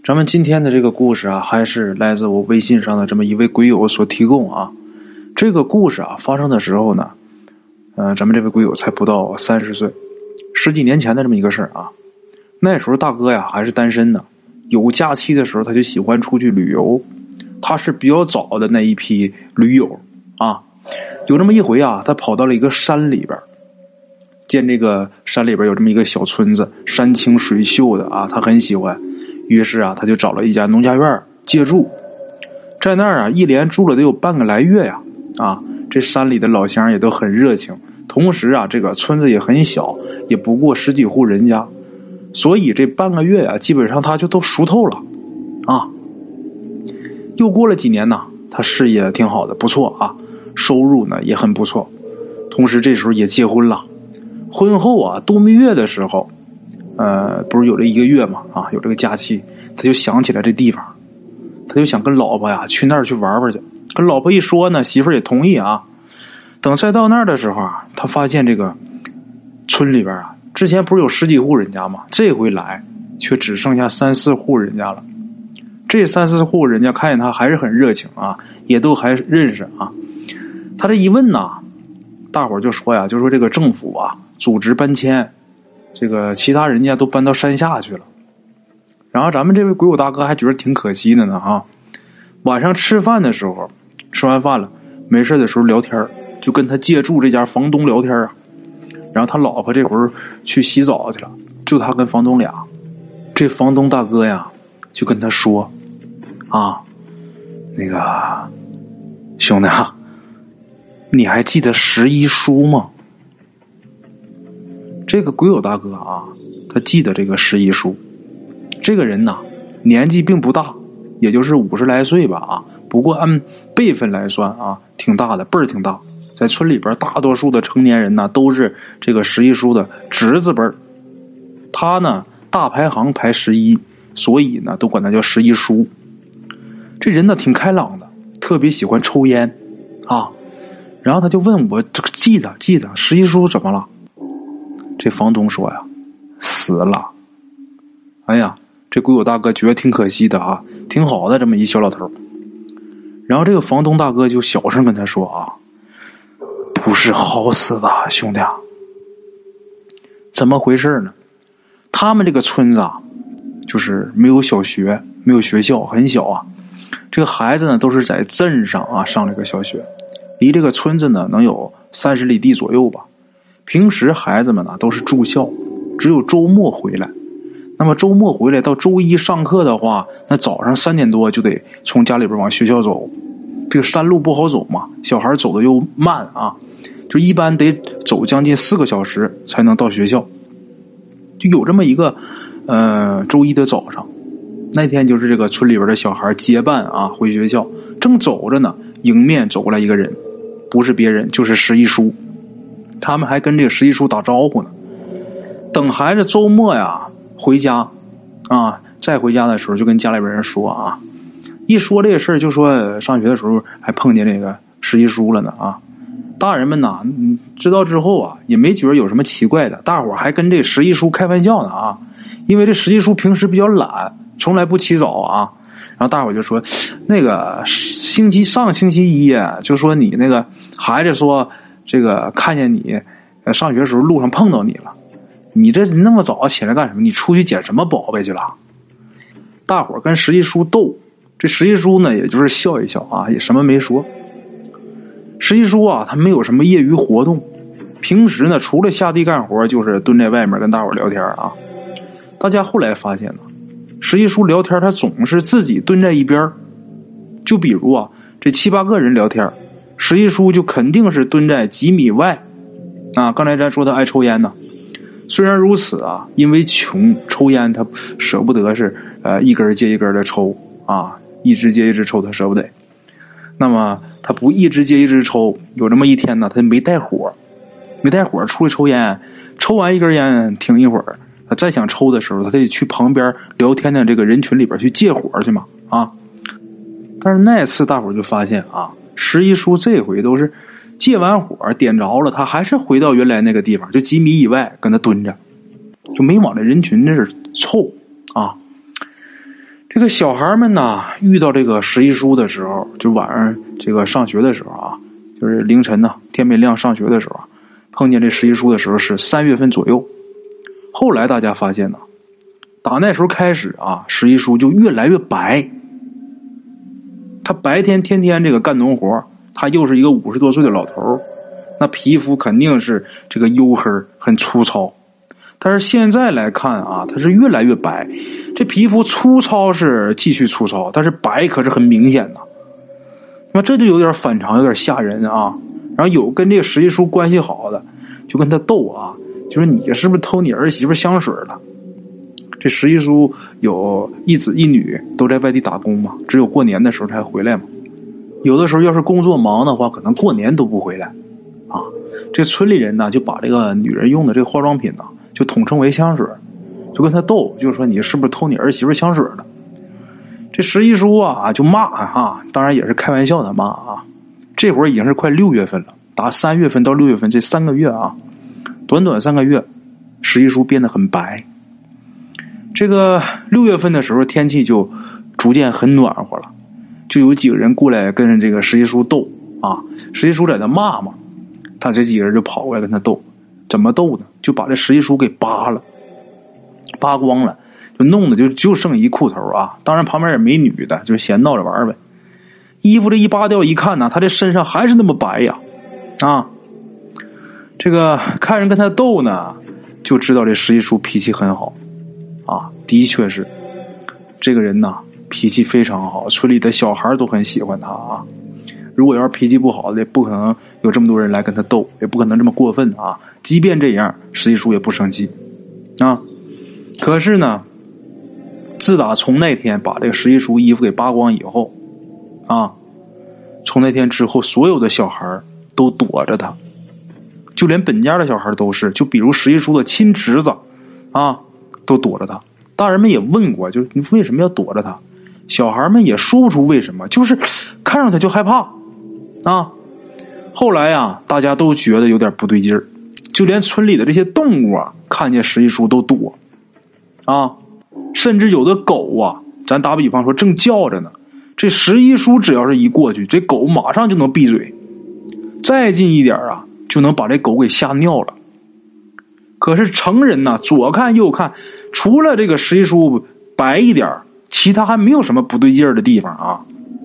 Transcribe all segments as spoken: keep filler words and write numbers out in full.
咱们今天的这个故事啊，还是来自我微信上的这么一位鬼友所提供啊。这个故事啊发生的时候呢，呃，咱们这位鬼友才不到三十岁，十几年前的这么一个事儿啊。那时候大哥呀还是单身呢，有假期的时候他就喜欢出去旅游，他是比较早的那一批驴友啊。有这么一回啊，他跑到了一个山里边，见这个山里边有这么一个小村子，山清水秀的啊，他很喜欢。于是啊，他就找了一家农家院借住，在那儿啊，一连住了得有半个来月呀。啊，这山里的老乡也都很热情，同时啊，这个村子也很小，也不过十几户人家，所以这半个月呀，基本上他就都熟透了啊。又过了几年呢，他事业挺好的，不错啊，收入呢也很不错，同时这时候也结婚了。婚后啊，度蜜月的时候，呃，不是有了一个月嘛，啊，有这个假期，他就想起来这地方，他就想跟老婆呀去那儿去玩玩去。跟老婆一说呢，媳妇儿也同意啊。等再到那儿的时候啊，他发现这个村里边啊，之前不是有十几户人家吗？这回来却只剩下三四户人家了。这三四户人家看见他还是很热情啊，也都还认识啊。他这一问呢，大伙儿就说呀，就说这个政府啊组织搬迁，这个其他人家都搬到山下去了。然后咱们这位鬼友大哥还觉得挺可惜的呢啊。晚上吃饭的时候，吃完饭了，没事的时候聊天，就跟他借住这家房东聊天啊。然后他老婆这会儿去洗澡去了，就他跟房东俩。这房东大哥呀就跟他说啊，那个兄弟啊，你还记得十一叔吗？这个鬼友大哥啊，他记得这个十一叔。这个人呐，年纪并不大，也就是五十来岁吧啊。不过按辈分来算啊，挺大的，辈儿挺大。在村里边，大多数的成年人呢，都是这个十一叔的侄子辈儿。他呢，大排行排十一，所以呢，都管他叫十一叔。这人呢，挺开朗的，特别喜欢抽烟啊。然后他就问我，这个记得记得，十一叔怎么了？这房东说呀，死了。哎呀，这鬼友大哥觉得挺可惜的啊，挺好的这么一小老头。然后这个房东大哥就小声跟他说啊，不是好死的兄弟啊。怎么回事呢？他们这个村子啊，就是没有小学，没有学校，很小啊。这个孩子呢都是在镇上啊上这个小学，离这个村子呢能有三十里地左右吧。平时孩子们呢都是住校，只有周末回来。那么周末回来到周一上课的话，那早上三点多就得从家里边往学校走。这个山路不好走嘛，小孩走的又慢啊，就一般得走将近四个小时才能到学校。就有这么一个呃周一的早上，那天就是这个村里边的小孩结伴啊回学校，正走着呢，迎面走过来一个人，不是别人就是十一叔。他们还跟这个十一叔打招呼呢。等孩子周末呀回家啊，再回家的时候就跟家里边人说啊，一说这个事儿就说上学的时候还碰见这个十一叔了呢啊。大人们呐知道之后啊也没觉得有什么奇怪的，大伙儿还跟这十一叔开玩笑呢啊，因为这十一叔平时比较懒，从来不起早啊。然后大伙儿就说，那个星期上星期一就说你那个孩子说这个看见你上学的时候路上碰到你了，你这那么早起来干什么？你出去捡什么宝贝去了？大伙儿跟十一叔斗，这十一叔呢也就是笑一笑啊，也什么没说。十一叔啊他没有什么业余活动，平时呢除了下地干活就是蹲在外面跟大伙儿聊天啊。大家后来发现呢，十一叔聊天他总是自己蹲在一边，就比如啊这七八个人聊天，十一叔就肯定是蹲在几米外啊。刚才咱说他爱抽烟呢，虽然如此啊，因为穷抽烟他舍不得是呃一根接一根的抽啊，一支接一支抽他舍不得。那么他不一支接一支抽，有这么一天呢，他没带火，没带火出去抽烟，抽完一根烟停一会儿，他再想抽的时候，他得去旁边聊天的这个人群里边去借火去嘛啊。但是那次大伙就发现啊，十一叔这回都是借完火点着了，他还是回到原来那个地方，就几米以外跟他蹲着，就没往这人群这儿凑啊。 这个小孩们呢，遇到这个十一叔的时候，就晚上这个上学的时候啊，就是凌晨呢，天没亮上学的时候，碰见这十一叔的时候是三月份左右。后来大家发现呢，打那时候开始啊，十一叔就越来越白。他白天天天这个干农活，他又是一个五十多岁的老头，那皮肤肯定是这个黝黑很粗糙。但是现在来看啊，他是越来越白，这皮肤粗糙是继续粗糙，但是白可是很明显的。那这就有点反常，有点吓人啊。然后有跟这个十一叔关系好的，就跟他斗啊，就说你是不是偷你儿媳妇香水了？这十一叔有一子一女，都在外地打工嘛，只有过年的时候才回来嘛。有的时候要是工作忙的话，可能过年都不回来啊。这村里人呢，就把这个女人用的这个化妆品呢，就统称为香水，就跟他斗，就是说你是不是偷你儿媳妇香水了？这十一叔啊就骂啊，当然也是开玩笑的骂啊。这会儿已经是快六月份了，打三月份到六月份这三个月啊，短短三个月，十一叔变得很白。这个六月份的时候，天气就逐渐很暖和了，就有几个人过来跟这个十一叔斗啊。十一叔在那骂嘛，他这几个人就跑过来跟他斗。怎么斗呢？就把这十一叔给扒了，扒光了，就弄得就就剩一裤头啊。当然旁边也没女的，就闲闹着玩呗。衣服这一扒掉一看呢，他这身上还是那么白呀，啊，这个看人跟他斗呢，就知道这十一叔脾气很好啊，的确是这个人呐，脾气非常好，村里的小孩都很喜欢他啊。如果要是脾气不好的，不可能有这么多人来跟他斗，也不可能这么过分啊。即便这样，十一叔也不生气啊。可是呢，自打从那天把这个十一叔衣服给扒光以后啊，从那天之后，所有的小孩都躲着他，就连本家的小孩都是，就比如十一叔的亲侄子啊，都躲着他。大人们也问过，就是你为什么要躲着他？小孩们也说不出为什么，就是看上他就害怕啊。后来啊，大家都觉得有点不对劲儿，就连村里的这些动物啊，看见十一叔都躲啊，甚至有的狗啊，咱打比方说正叫着呢，这十一叔只要是一过去，这狗马上就能闭嘴，再近一点啊，就能把这狗给吓尿了。可是成人呢，左看右看，除了这个十一叔白一点，其他还没有什么不对劲儿的地方啊。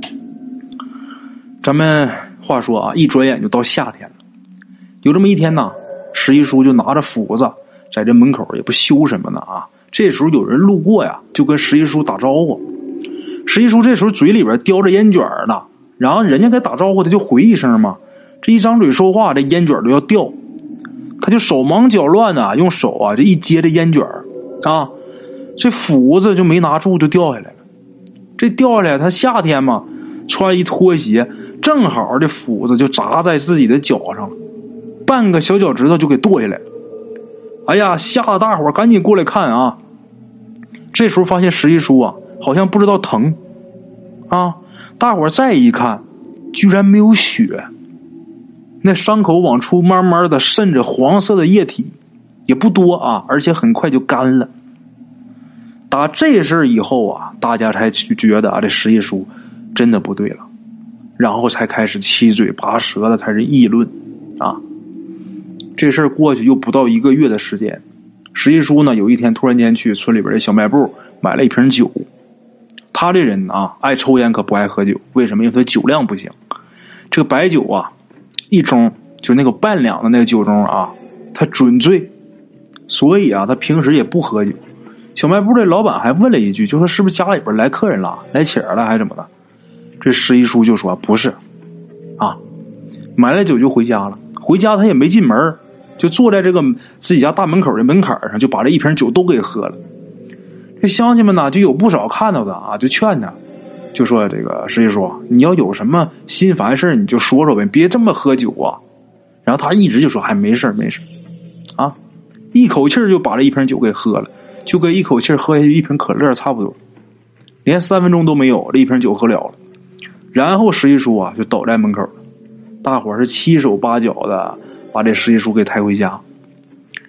咱们话说啊，一转眼就到夏天了。有这么一天呢，十一叔就拿着斧子在这门口也不修什么呢啊。这时候有人路过呀，就跟十一叔打招呼。十一叔这时候嘴里边叼着烟卷呢，然后人家给打招呼，他就回一声嘛。这一张嘴说话，这烟卷都要掉，他就手忙脚乱的、啊、用手啊这一接这烟卷啊，这斧子就没拿住，就掉下来了。这掉下来，他夏天嘛，穿一拖鞋，正好这斧子就砸在自己的脚上了，半个小脚趾头就给剁下来了。哎呀，吓得大伙赶紧过来看啊！这时候发现十一叔啊，好像不知道疼啊。大伙再一看，居然没有血，那伤口往出慢慢的渗着黄色的液体，也不多啊，而且很快就干了。打这事儿以后啊，大家才觉得啊，这十一叔真的不对了，然后才开始七嘴八舌的开始议论啊。这事儿过去又不到一个月的时间，十一叔呢有一天突然间去村里边的小卖部买了一瓶酒。他这人啊，爱抽烟可不爱喝酒，为什么？因为他酒量不行。这个白酒啊，一盅就那个半两的那个酒盅啊，他准醉，所以啊，他平时也不喝酒。小卖部的老板还问了一句，就说是不是家里边来客人了，来请了还是怎么的？这十一叔就说不是啊，买了酒就回家了。回家他也没进门，就坐在这个自己家大门口的门槛上，就把这一瓶酒都给喝了。这乡亲们呢，就有不少看到的啊，就劝他，就说这个十一叔，你要有什么心烦事你就说说呗，别这么喝酒啊。然后他一直就说还没事没事啊，一口气就把这一瓶酒给喝了，就跟一口气喝下去一瓶可乐差不多，连三分钟都没有，这一瓶酒喝了了。然后十一叔啊就倒在门口了，大伙儿是七手八脚的把这十一叔给抬回家。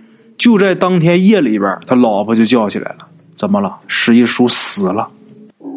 就在当天夜里边，他老婆就叫起来了，怎么了？十一叔死了。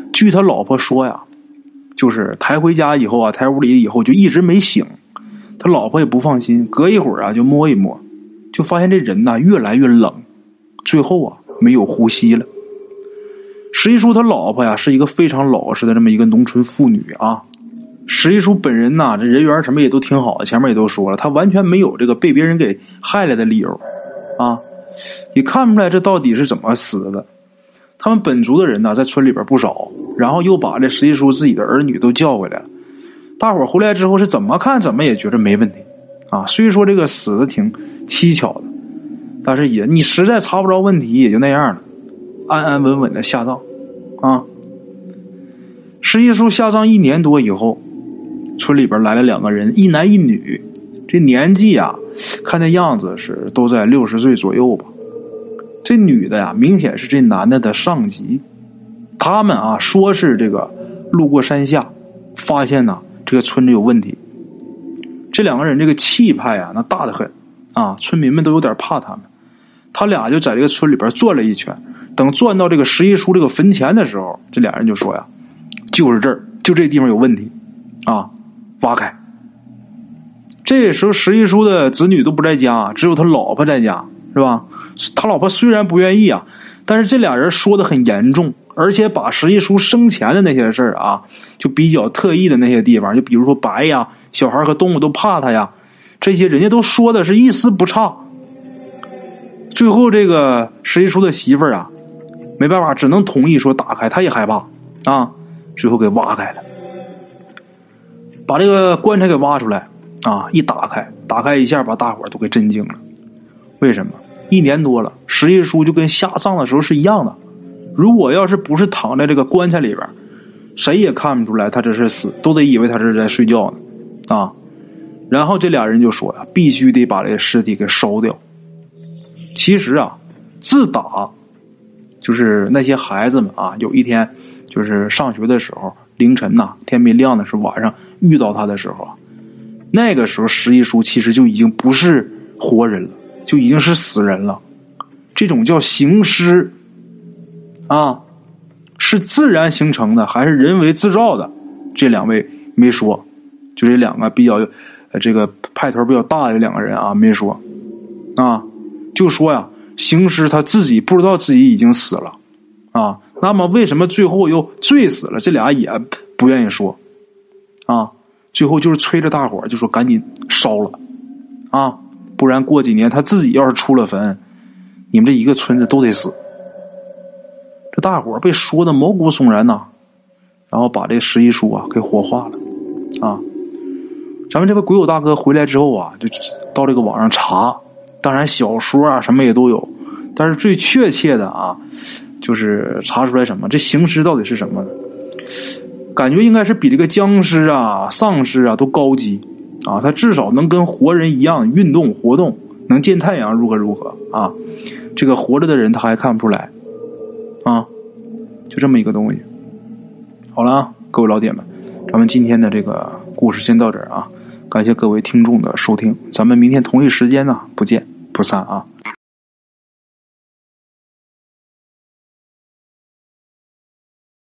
据他老婆说呀，就是抬回家以后啊，抬屋里以后就一直没醒。他老婆也不放心，隔一会儿啊就摸一摸，就发现这人呐越来越冷，最后啊没有呼吸了。石一叔他老婆呀是一个非常老实的这么一个农村妇女啊。石一叔本人呐，这人缘什么也都挺好的，前面也都说了，他完全没有这个被别人给害了的理由啊，也看不出来这到底是怎么死的。他们本族的人呢在村里边不少，然后又把这石一叔自己的儿女都叫回来了。大伙儿回来之后是怎么看怎么也觉得没问题啊，虽说这个死的挺蹊跷的，但是也你实在查不着问题，也就那样了，安安稳稳的下葬啊。石一叔下葬一年多以后，村里边来了两个人，一男一女，这年纪啊看那样子是都在六十岁左右吧。这女的呀明显是这男的的上级，他们啊说是这个路过山下发现呢这个村子有问题。这两个人这个气派啊那大得很啊，村民们都有点怕他们。他俩就在这个村里边转了一圈，等转到这个石一叔这个坟前的时候，这俩人就说呀，就是这儿，就这地方有问题啊，挖开。这时候石一叔的子女都不在家，只有他老婆在家，是吧？他老婆虽然不愿意啊，但是这俩人说的很严重，而且把石一叔生前的那些事儿啊，就比较特意的那些地方，就比如说白呀，小孩和动物都怕他呀，这些人家都说的是一丝不差。最后这个石一叔的媳妇儿啊，没办法，只能同意说打开，他也害怕啊，最后给挖开了，把这个棺材给挖出来啊，一打开，打开一下把大伙儿都给震惊了。为什么？一年多了，石一叔就跟下葬的时候是一样的。如果要是不是躺在这个棺材里边，谁也看不出来他这是死，都得以为他是在睡觉呢啊。然后这俩人就说呀，必须得把这个尸体给烧掉。其实啊，自打就是那些孩子们啊，有一天就是上学的时候，凌晨呐、啊，天没亮的时候，晚上遇到他的时候啊，那个时候石一叔其实就已经不是活人了，就已经是死人了。这种叫形尸啊，是自然形成的还是人为制造的？这两位没说，就这两个比较呃这个派头比较大的两个人啊没说啊，就说呀，形尸他自己不知道自己已经死了啊，那么为什么最后又醉死了？这俩也不愿意说啊，最后就是催着大伙儿就说赶紧烧了啊，不然过几年他自己要是出了坟，你们这一个村子都得死。这大伙儿被说的毛骨悚然呐、啊，然后把这石一叔啊给火化了啊。咱们这个鬼友大哥回来之后啊，就到这个网上查，当然小说啊什么也都有，但是最确切的啊，就是查出来什么，这形尸到底是什么呢？感觉应该是比这个僵尸啊、丧尸啊都高级啊，他至少能跟活人一样运动活动，能见太阳，如何如何啊？这个活着的人他还看不出来啊，就这么一个东西。好了啊，各位老铁们，咱们今天的这个故事先到这儿啊，感谢各位听众的收听，咱们明天同一时间呢不见不散啊。